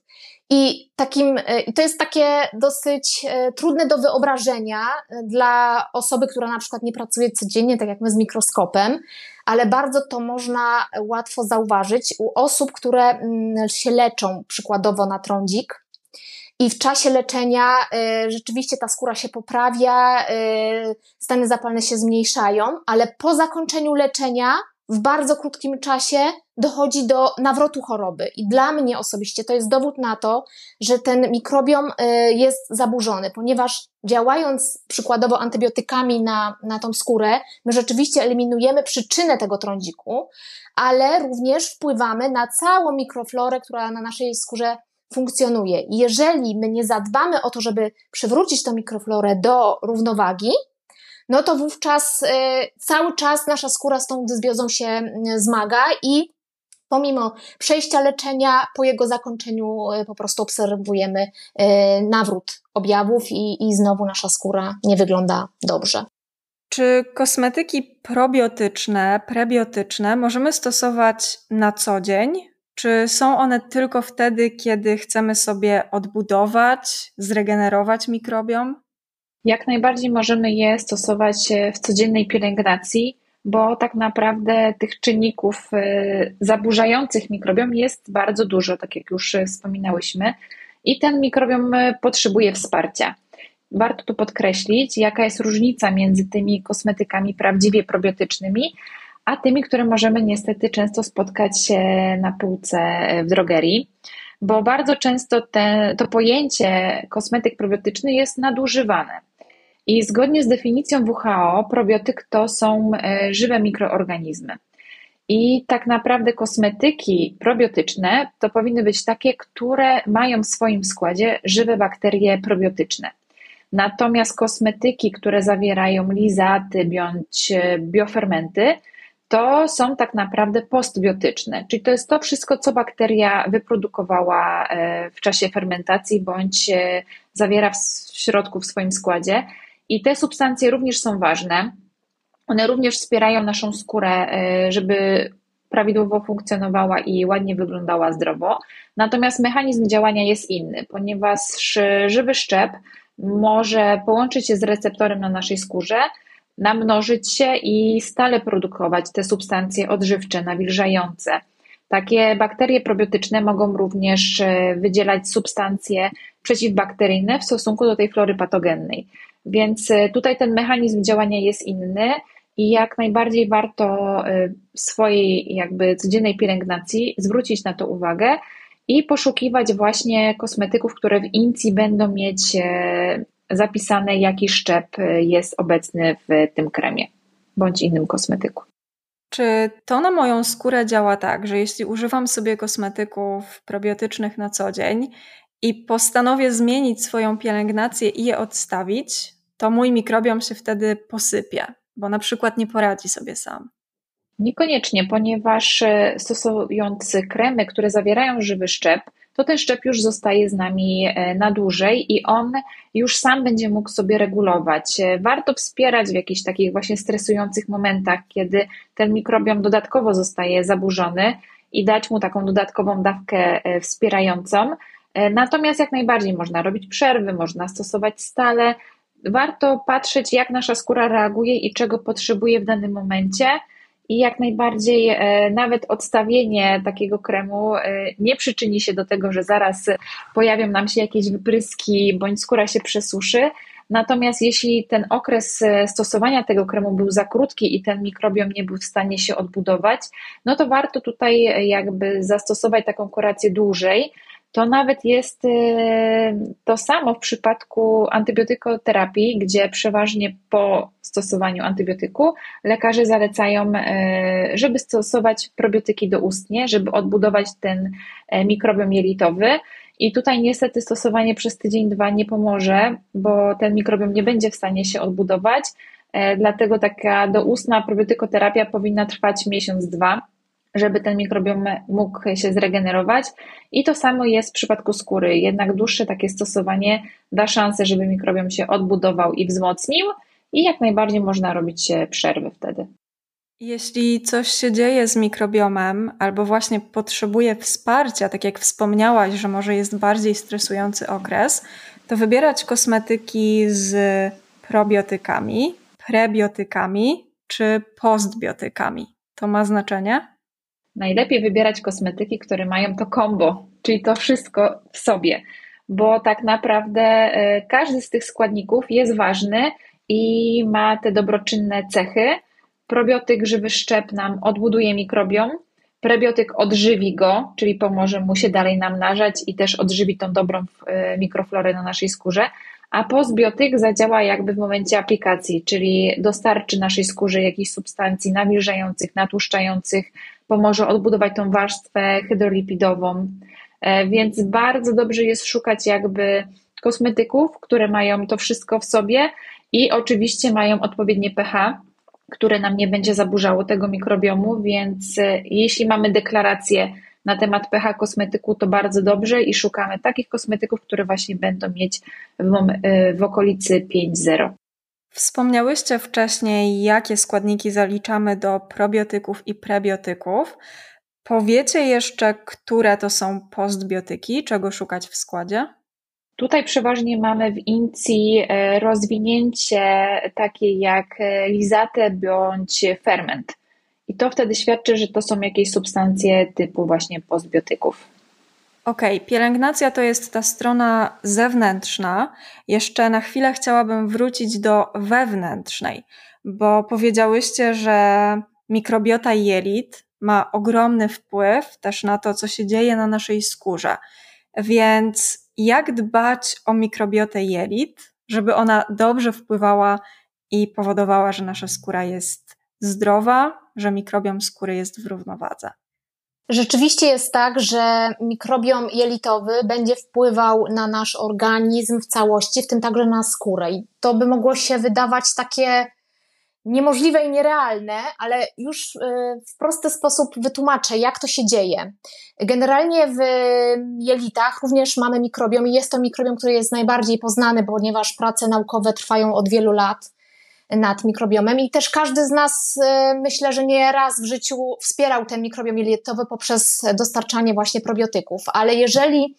I to jest takie dosyć trudne do wyobrażenia dla osoby, która na przykład nie pracuje codziennie, tak jak my z mikroskopem, ale bardzo to można łatwo zauważyć u osób, które się leczą przykładowo na trądzik. I w czasie leczenia rzeczywiście ta skóra się poprawia, stany zapalne się zmniejszają, ale po zakończeniu leczenia w bardzo krótkim czasie dochodzi do nawrotu choroby. I dla mnie osobiście to jest dowód na to, że ten mikrobiom jest zaburzony, ponieważ działając przykładowo antybiotykami na tą skórę, my rzeczywiście eliminujemy przyczynę tego trądziku, ale również wpływamy na całą mikroflorę, która na naszej skórze funkcjonuje. I jeżeli my nie zadbamy o to, żeby przywrócić tą mikroflorę do równowagi, no to wówczas cały czas nasza skóra z tą dysbiozą się zmaga i pomimo przejścia leczenia, po jego zakończeniu po prostu obserwujemy nawrót objawów i znowu nasza skóra nie wygląda dobrze. Czy kosmetyki probiotyczne, prebiotyczne możemy stosować na co dzień? Czy są one tylko wtedy, kiedy chcemy sobie odbudować, zregenerować mikrobiom? Jak najbardziej możemy je stosować w codziennej pielęgnacji, bo tak naprawdę tych czynników zaburzających mikrobiom jest bardzo dużo, tak jak już wspominałyśmy, i ten mikrobiom potrzebuje wsparcia. Warto tu podkreślić, jaka jest różnica między tymi kosmetykami prawdziwie probiotycznymi, a tymi, które możemy niestety często spotkać na półce w drogerii, bo bardzo często to pojęcie kosmetyk probiotyczny jest nadużywane. I zgodnie z definicją WHO probiotyk to są żywe mikroorganizmy. I tak naprawdę kosmetyki probiotyczne to powinny być takie, które mają w swoim składzie żywe bakterie probiotyczne. Natomiast kosmetyki, które zawierają lizaty bądź biofermenty, to są tak naprawdę postbiotyczne, czyli to jest to wszystko, co bakteria wyprodukowała w czasie fermentacji bądź zawiera w środku w swoim składzie. I te substancje również są ważne. One również wspierają naszą skórę, żeby prawidłowo funkcjonowała i ładnie wyglądała zdrowo. Natomiast mechanizm działania jest inny, ponieważ żywy szczep może połączyć się z receptorem na naszej skórze, namnożyć się i stale produkować te substancje odżywcze, nawilżające. Takie bakterie probiotyczne mogą również wydzielać substancje przeciwbakteryjne w stosunku do tej flory patogennej. Więc tutaj ten mechanizm działania jest inny i jak najbardziej warto w swojej jakby codziennej pielęgnacji zwrócić na to uwagę i poszukiwać właśnie kosmetyków, które w incji będą mieć zapisane, jaki szczep jest obecny w tym kremie bądź innym kosmetyku. Czy to na moją skórę działa tak, że jeśli używam sobie kosmetyków probiotycznych na co dzień i postanowię zmienić swoją pielęgnację i je odstawić, to mój mikrobiom się wtedy posypie, bo na przykład nie poradzi sobie sam? Niekoniecznie, ponieważ stosując kremy, które zawierają żywy szczep, to ten szczep już zostaje z nami na dłużej i on już sam będzie mógł sobie regulować. Warto wspierać w jakichś takich właśnie stresujących momentach, kiedy ten mikrobiom dodatkowo zostaje zaburzony i dać mu taką dodatkową dawkę wspierającą. Natomiast jak najbardziej można robić przerwy, można stosować stale. Warto patrzeć, jak nasza skóra reaguje i czego potrzebuje w danym momencie. I jak najbardziej nawet odstawienie takiego kremu nie przyczyni się do tego, że zaraz pojawią nam się jakieś wypryski bądź skóra się przesuszy. Natomiast jeśli ten okres stosowania tego kremu był za krótki i ten mikrobiom nie był w stanie się odbudować, no to warto tutaj jakby zastosować taką kurację dłużej. To nawet jest to samo w przypadku antybiotykoterapii, gdzie przeważnie po stosowaniu antybiotyku lekarze zalecają, żeby stosować probiotyki doustnie, żeby odbudować ten mikrobiom jelitowy. I tutaj niestety stosowanie przez tydzień, dwa nie pomoże, bo ten mikrobiom nie będzie w stanie się odbudować. Dlatego taka doustna probiotykoterapia powinna trwać miesiąc, dwa, żeby ten mikrobiom mógł się zregenerować. I to samo jest w przypadku skóry. Jednak dłuższe takie stosowanie da szansę, żeby mikrobiom się odbudował i wzmocnił i jak najbardziej można robić przerwy wtedy. Jeśli coś się dzieje z mikrobiomem albo właśnie potrzebuje wsparcia, tak jak wspomniałaś, że może jest bardziej stresujący okres, to wybierać kosmetyki z probiotykami, prebiotykami czy postbiotykami. To ma znaczenie? Najlepiej wybierać kosmetyki, które mają to combo, czyli to wszystko w sobie, bo tak naprawdę każdy z tych składników jest ważny i ma te dobroczynne cechy. Probiotyk, żywy szczep nam odbuduje mikrobiom, prebiotyk odżywi go, czyli pomoże mu się dalej namnażać i też odżywi tą dobrą mikroflorę na naszej skórze, a postbiotyk zadziała jakby w momencie aplikacji, czyli dostarczy naszej skórze jakichś substancji nawilżających, natłuszczających, pomoże odbudować tą warstwę hydrolipidową, więc bardzo dobrze jest szukać jakby kosmetyków, które mają to wszystko w sobie i oczywiście mają odpowiednie pH, które nam nie będzie zaburzało tego mikrobiomu, więc jeśli mamy deklarację na temat pH kosmetyku, to bardzo dobrze i szukamy takich kosmetyków, które właśnie będą mieć w okolicy 5,0. Wspomniałyście wcześniej, jakie składniki zaliczamy do probiotyków i prebiotyków. Powiecie jeszcze, które to są postbiotyki, czego szukać w składzie? Tutaj przeważnie mamy w incji rozwinięcie takie jak lizatę bądź ferment. I to wtedy świadczy, że to są jakieś substancje typu właśnie postbiotyków. Okej, pielęgnacja to jest ta strona zewnętrzna. Jeszcze na chwilę chciałabym wrócić do wewnętrznej, bo powiedziałyście, że mikrobiota jelit ma ogromny wpływ też na to, co się dzieje na naszej skórze. Więc jak dbać o mikrobiotę jelit, żeby ona dobrze wpływała i powodowała, że nasza skóra jest zdrowa, że mikrobiom skóry jest w równowadze? Rzeczywiście jest tak, że mikrobiom jelitowy będzie wpływał na nasz organizm w całości, w tym także na skórę. I to by mogło się wydawać takie niemożliwe i nierealne, ale już w prosty sposób wytłumaczę, jak to się dzieje. Generalnie w jelitach również mamy mikrobiom i jest to mikrobiom, który jest najbardziej poznany, ponieważ prace naukowe trwają od wielu lat nad mikrobiomem i też każdy z nas, myślę, że nie raz w życiu wspierał ten mikrobiom jelitowy poprzez dostarczanie właśnie probiotyków, ale jeżeli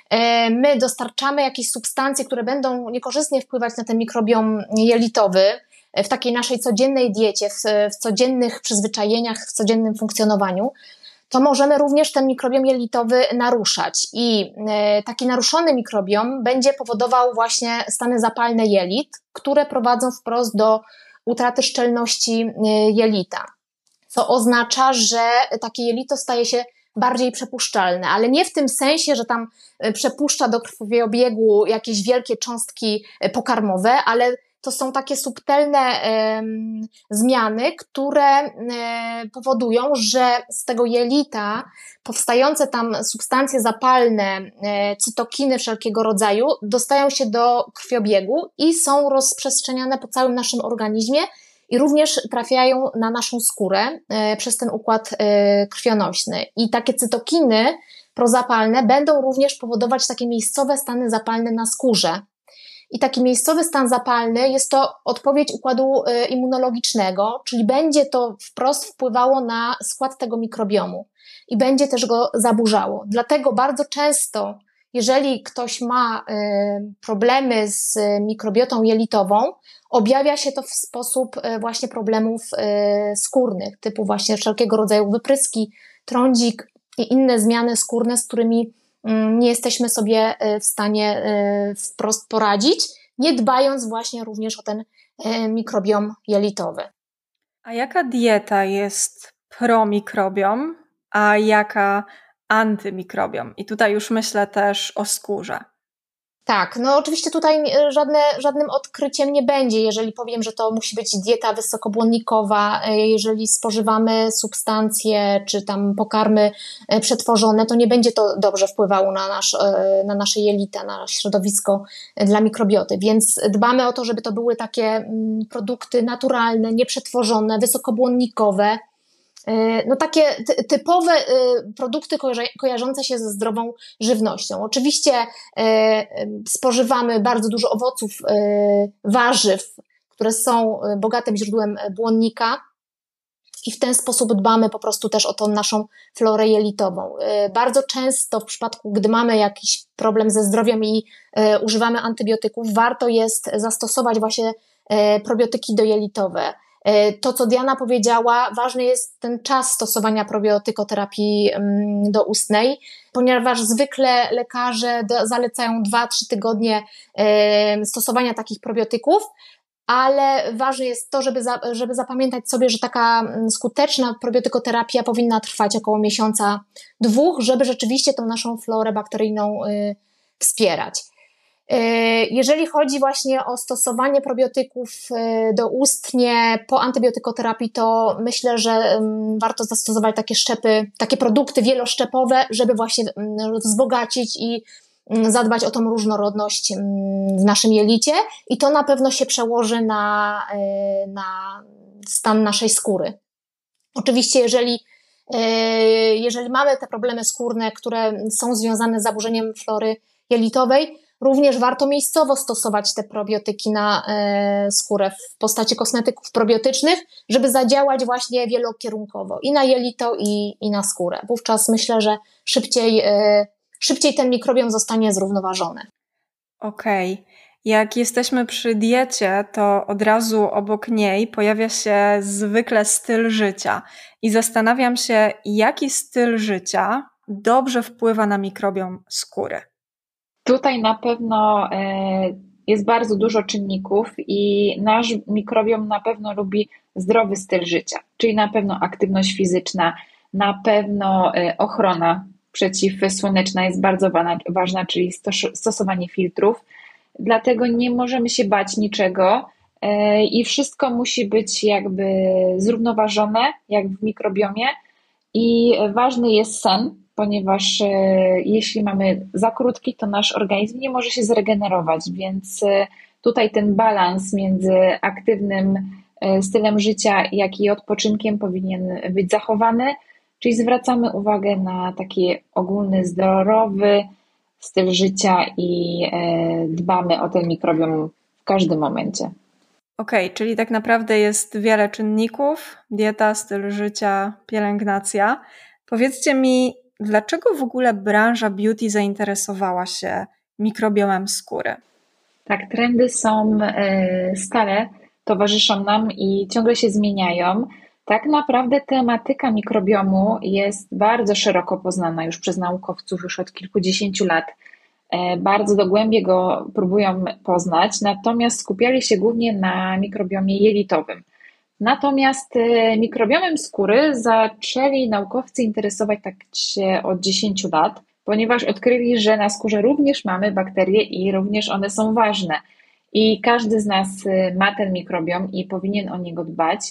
my dostarczamy jakieś substancje, które będą niekorzystnie wpływać na ten mikrobiom jelitowy w takiej naszej codziennej diecie, w codziennych przyzwyczajeniach, w codziennym funkcjonowaniu, to możemy również ten mikrobiom jelitowy naruszać i taki naruszony mikrobiom będzie powodował właśnie stany zapalne jelit, które prowadzą wprost do utraty szczelności jelita, co oznacza, że takie jelito staje się bardziej przepuszczalne, ale nie w tym sensie, że tam przepuszcza do krwiobiegu jakieś wielkie cząstki pokarmowe, ale to są takie subtelne zmiany, które powodują, że z tego jelita powstające tam substancje zapalne, cytokiny wszelkiego rodzaju dostają się do krwiobiegu i są rozprzestrzeniane po całym naszym organizmie i również trafiają na naszą skórę przez ten układ krwionośny. I takie cytokiny prozapalne będą również powodować takie miejscowe stany zapalne na skórze. I taki miejscowy stan zapalny jest to odpowiedź układu immunologicznego, czyli będzie to wprost wpływało na skład tego mikrobiomu i będzie też go zaburzało. Dlatego bardzo często, jeżeli ktoś ma problemy z mikrobiotą jelitową, objawia się to w sposób właśnie problemów skórnych, typu właśnie wszelkiego rodzaju wypryski, trądzik i inne zmiany skórne, z którymi nie jesteśmy sobie w stanie wprost poradzić, nie dbając właśnie również o ten mikrobiom jelitowy. A jaka dieta jest promikrobiom, a jaka antymikrobiom? I tutaj już myślę też o skórze. Tak, no oczywiście tutaj żadnym odkryciem nie będzie, jeżeli powiem, że to musi być dieta wysokobłonnikowa, jeżeli spożywamy substancje czy tam pokarmy przetworzone, to nie będzie to dobrze wpływało na nasze jelita, na środowisko dla mikrobioty, więc dbamy o to, żeby to były takie produkty naturalne, nieprzetworzone, wysokobłonnikowe, no takie typowe produkty kojarzące się ze zdrową żywnością. Oczywiście spożywamy bardzo dużo owoców, warzyw, które są bogatym źródłem błonnika i w ten sposób dbamy po prostu też o tą naszą florę jelitową. Bardzo często w przypadku, gdy mamy jakiś problem ze zdrowiem i używamy antybiotyków, warto jest zastosować właśnie probiotyki dojelitowe. To, co Diana powiedziała, ważny jest ten czas stosowania probiotykoterapii doustnej, ponieważ zwykle lekarze zalecają 2-3 tygodnie stosowania takich probiotyków, ale ważne jest to, żeby zapamiętać sobie, że taka skuteczna probiotykoterapia powinna trwać około miesiąca, 2, żeby rzeczywiście tą naszą florę bakteryjną wspierać. Jeżeli chodzi właśnie o stosowanie probiotyków doustnie po antybiotykoterapii, to myślę, że warto zastosować takie szczepy, takie produkty wieloszczepowe, żeby właśnie wzbogacić i zadbać o tą różnorodność w naszym jelicie i to na pewno się przełoży na stan naszej skóry. Oczywiście jeżeli mamy te problemy skórne, które są związane z zaburzeniem flory jelitowej, również warto miejscowo stosować te probiotyki na skórę w postaci kosmetyków probiotycznych, żeby zadziałać właśnie wielokierunkowo i na jelito i na skórę. Wówczas myślę, że szybciej ten mikrobiom zostanie zrównoważony. Okej. Jak jesteśmy przy diecie, to od razu obok niej pojawia się zwykle styl życia. I zastanawiam się, jaki styl życia dobrze wpływa na mikrobiom skóry. Tutaj na pewno jest bardzo dużo czynników i nasz mikrobiom na pewno lubi zdrowy styl życia, czyli na pewno aktywność fizyczna, na pewno ochrona przeciwsłoneczna jest bardzo ważna, czyli stosowanie filtrów. Dlatego nie możemy się bać niczego i wszystko musi być jakby zrównoważone, jak w mikrobiomie. I ważny jest sen, ponieważ jeśli mamy za krótki, to nasz organizm nie może się zregenerować, więc tutaj ten balans między aktywnym stylem życia, jak i odpoczynkiem powinien być zachowany, czyli zwracamy uwagę na taki ogólny, zdrowy styl życia i dbamy o ten mikrobiom w każdym momencie. Okej, czyli tak naprawdę jest wiele czynników: dieta, styl życia, pielęgnacja. Powiedzcie mi, dlaczego w ogóle branża beauty zainteresowała się mikrobiomem skóry? Tak, trendy są stale, towarzyszą nam i ciągle się zmieniają. Tak naprawdę tematyka mikrobiomu jest bardzo szeroko poznana już przez naukowców już od kilkudziesięciu lat. Bardzo dogłębnie go próbują poznać, natomiast skupiali się głównie na mikrobiomie jelitowym. Natomiast mikrobiomem skóry zaczęli naukowcy interesować tak się od 10 lat, ponieważ odkryli, że na skórze również mamy bakterie i również one są ważne. I każdy z nas ma ten mikrobiom i powinien o niego dbać.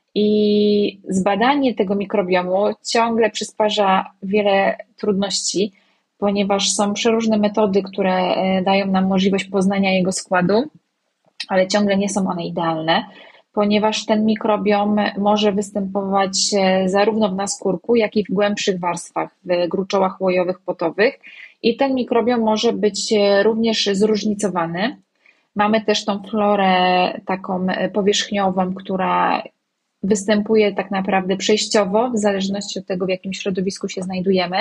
I zbadanie tego mikrobiomu ciągle przysparza wiele trudności, ponieważ są przeróżne metody, które dają nam możliwość poznania jego składu, ale ciągle nie są one idealne, ponieważ ten mikrobiom może występować zarówno w naskórku, jak i w głębszych warstwach, w gruczołach łojowych, potowych. I ten mikrobiom może być również zróżnicowany. Mamy też tą florę taką powierzchniową, która występuje tak naprawdę przejściowo, w zależności od tego, w jakim środowisku się znajdujemy.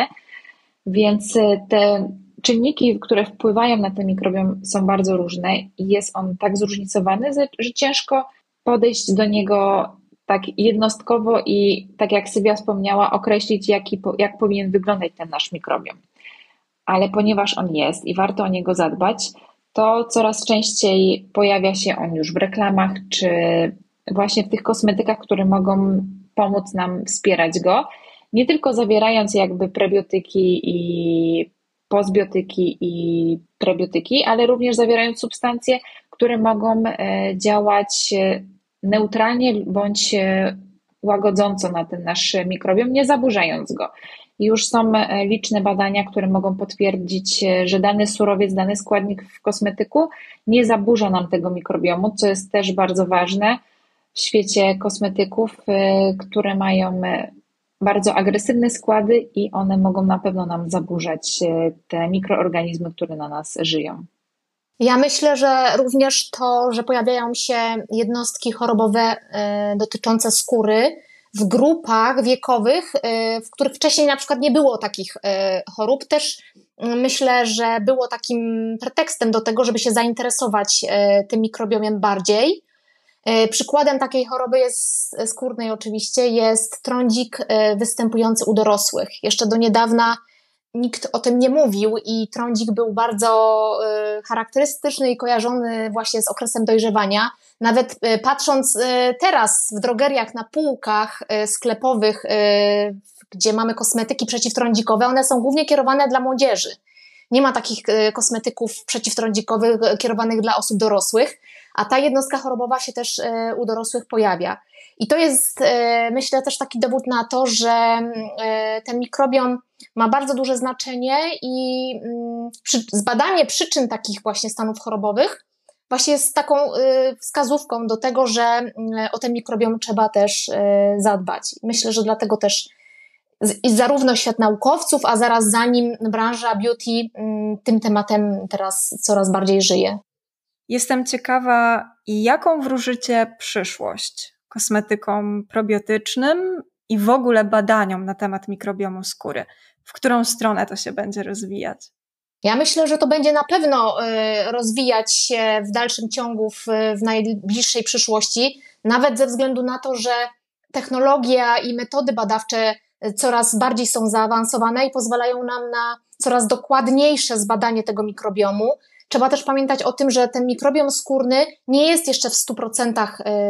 Więc te czynniki, które wpływają na ten mikrobiom, są bardzo różne i jest on tak zróżnicowany, że ciężko podejść do niego tak jednostkowo i tak jak Sylwia wspomniała, określić, jak powinien wyglądać ten nasz mikrobiom. Ale ponieważ on jest i warto o niego zadbać, to coraz częściej pojawia się on już w reklamach, czy właśnie w tych kosmetykach, które mogą pomóc nam wspierać go, nie tylko zawierając jakby prebiotyki i postbiotyki i prebiotyki, ale również zawierając substancje, które mogą działać neutralnie bądź łagodząco na ten nasz mikrobiom, nie zaburzając go. I już są liczne badania, które mogą potwierdzić, że dany surowiec, dany składnik w kosmetyku nie zaburza nam tego mikrobiomu, co jest też bardzo ważne w świecie kosmetyków, które mają bardzo agresywne składy i one mogą na pewno nam zaburzać te mikroorganizmy, które na nas żyją. Ja myślę, że również to, że pojawiają się jednostki chorobowe dotyczące skóry w grupach wiekowych, w których wcześniej na przykład nie było takich chorób, też myślę, że było takim pretekstem do tego, żeby się zainteresować tym mikrobiomem bardziej. Przykładem takiej choroby skórnej oczywiście jest trądzik występujący u dorosłych. Jeszcze do niedawna nikt o tym nie mówił i trądzik był bardzo charakterystyczny i kojarzony właśnie z okresem dojrzewania. Nawet patrząc teraz w drogeriach na półkach sklepowych, gdzie mamy kosmetyki przeciwtrądzikowe, one są głównie kierowane dla młodzieży. Nie ma takich kosmetyków przeciwtrądzikowych kierowanych dla osób dorosłych, a ta jednostka chorobowa się też u dorosłych pojawia. I to jest, myślę, też taki dowód na to, że ten mikrobiom ma bardzo duże znaczenie i zbadanie przyczyn takich właśnie stanów chorobowych właśnie jest taką wskazówką do tego, że o ten mikrobiom trzeba też zadbać. Myślę, że dlatego też zarówno świat naukowców, a zaraz za nim branża beauty tym tematem teraz coraz bardziej żyje. Jestem ciekawa, jaką wróżycie przyszłość kosmetykom probiotycznym i w ogóle badaniom na temat mikrobiomu skóry? W którą stronę to się będzie rozwijać? Ja myślę, że to będzie na pewno rozwijać się w dalszym ciągu w najbliższej przyszłości, nawet ze względu na to, że technologia i metody badawcze coraz bardziej są zaawansowane i pozwalają nam na coraz dokładniejsze zbadanie tego mikrobiomu. Trzeba też pamiętać o tym, że ten mikrobiom skórny nie jest jeszcze w 100%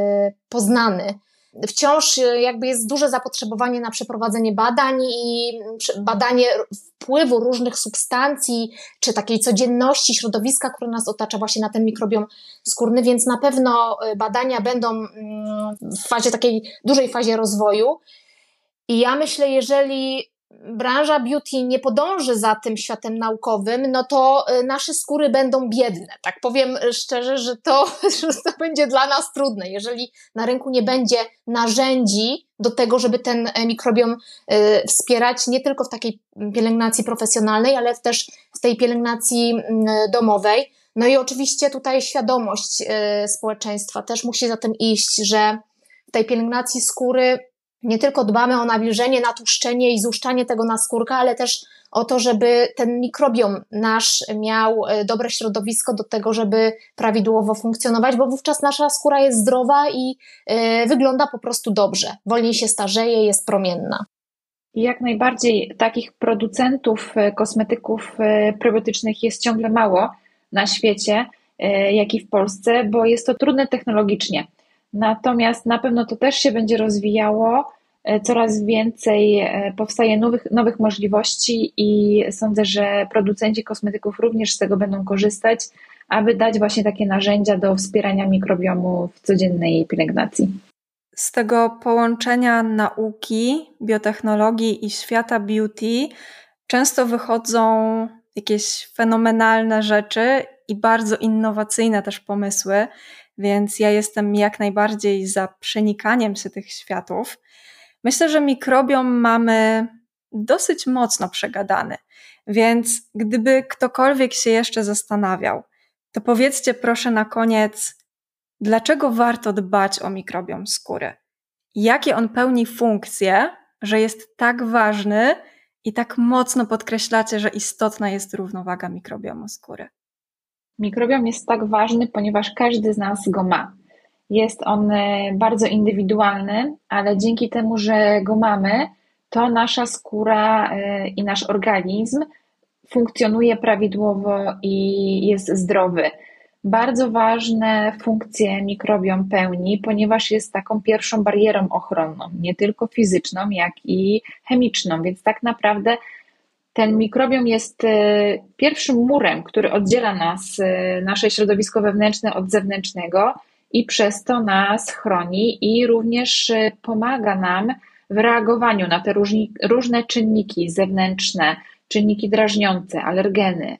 poznany. Wciąż jakby jest duże zapotrzebowanie na przeprowadzenie badań i badanie wpływu różnych substancji, czy takiej codzienności środowiska, które nas otacza właśnie na ten mikrobiom skórny, więc na pewno badania będą w fazie takiej dużej fazie rozwoju. I ja myślę, jeżeli branża beauty nie podąży za tym światem naukowym, no to nasze skóry będą biedne. Tak powiem szczerze, że to będzie dla nas trudne. Jeżeli na rynku nie będzie narzędzi do tego, żeby ten mikrobiom wspierać nie tylko w takiej pielęgnacji profesjonalnej, ale też w tej pielęgnacji domowej. No i oczywiście tutaj świadomość społeczeństwa też musi za tym iść, że w tej pielęgnacji skóry nie tylko dbamy o nawilżenie, natłuszczenie i złuszczanie tego naskórka, ale też o to, żeby ten mikrobiom nasz miał dobre środowisko do tego, żeby prawidłowo funkcjonować, bo wówczas nasza skóra jest zdrowa i wygląda po prostu dobrze. Wolniej się starzeje, jest promienna. Jak najbardziej takich producentów kosmetyków probiotycznych jest ciągle mało na świecie, jak i w Polsce, bo jest to trudne technologicznie. Natomiast na pewno to też się będzie rozwijało, coraz więcej powstaje nowych możliwości i sądzę, że producenci kosmetyków również z tego będą korzystać, aby dać właśnie takie narzędzia do wspierania mikrobiomu w codziennej pielęgnacji. Z tego połączenia nauki, biotechnologii i świata beauty często wychodzą jakieś fenomenalne rzeczy i bardzo innowacyjne też pomysły, więc ja jestem jak najbardziej za przenikaniem się tych światów. Myślę, że mikrobiom mamy dosyć mocno przegadany, więc gdyby ktokolwiek się jeszcze zastanawiał, to powiedzcie proszę na koniec, dlaczego warto dbać o mikrobiom skóry? Jakie on pełni funkcje, że jest tak ważny i tak mocno podkreślacie, że istotna jest równowaga mikrobiomu skóry? Mikrobiom jest tak ważny, ponieważ każdy z nas go ma. Jest on bardzo indywidualny, ale dzięki temu, że go mamy, to nasza skóra i nasz organizm funkcjonuje prawidłowo i jest zdrowy. Bardzo ważne funkcje mikrobiom pełni, ponieważ jest taką pierwszą barierą ochronną, nie tylko fizyczną, jak i chemiczną, więc tak naprawdę ten mikrobiom jest pierwszym murem, który oddziela nas, nasze środowisko wewnętrzne od zewnętrznego i przez to nas chroni i również pomaga nam w reagowaniu na te różne czynniki zewnętrzne, czynniki drażniące, alergeny.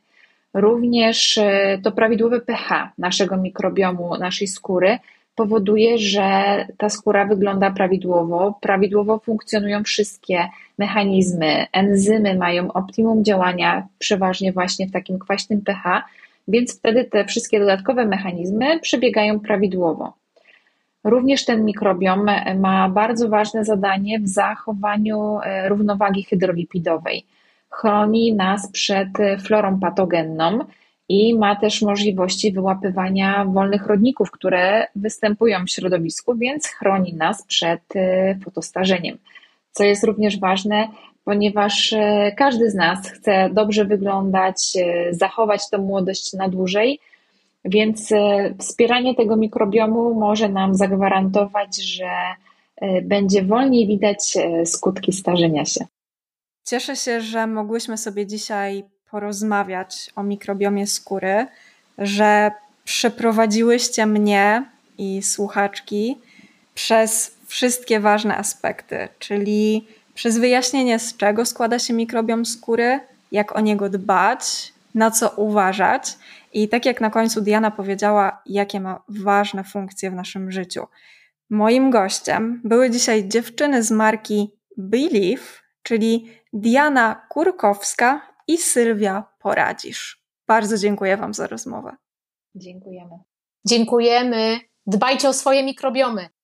Również to prawidłowe pH naszego mikrobiomu, naszej skóry powoduje, że ta skóra wygląda prawidłowo funkcjonują wszystkie mechanizmy, enzymy mają optimum działania przeważnie właśnie w takim kwaśnym pH, więc wtedy te wszystkie dodatkowe mechanizmy przebiegają prawidłowo. Również ten mikrobiom ma bardzo ważne zadanie w zachowaniu równowagi hydrolipidowej. Chroni nas przed florą patogenną i ma też możliwości wyłapywania wolnych rodników, które występują w środowisku, więc chroni nas przed fotostarzeniem. Co jest również ważne, ponieważ każdy z nas chce dobrze wyglądać, zachować tę młodość na dłużej, więc wspieranie tego mikrobiomu może nam zagwarantować, że będzie wolniej widać skutki starzenia się. Cieszę się, że mogłyśmy sobie dzisiaj porozmawiać o mikrobiomie skóry, że przeprowadziłyście mnie i słuchaczki przez wszystkie ważne aspekty, czyli przez wyjaśnienie, z czego składa się mikrobiom skóry, jak o niego dbać, na co uważać i tak jak na końcu Diana powiedziała, jakie ma ważne funkcje w naszym życiu. Moim gościem były dzisiaj dziewczyny z marki Believe, czyli Diana Kurkowska i Sylwia Poradzisz. Bardzo dziękuję Wam za rozmowę. Dziękujemy. Dziękujemy. Dbajcie o swoje mikrobiomy.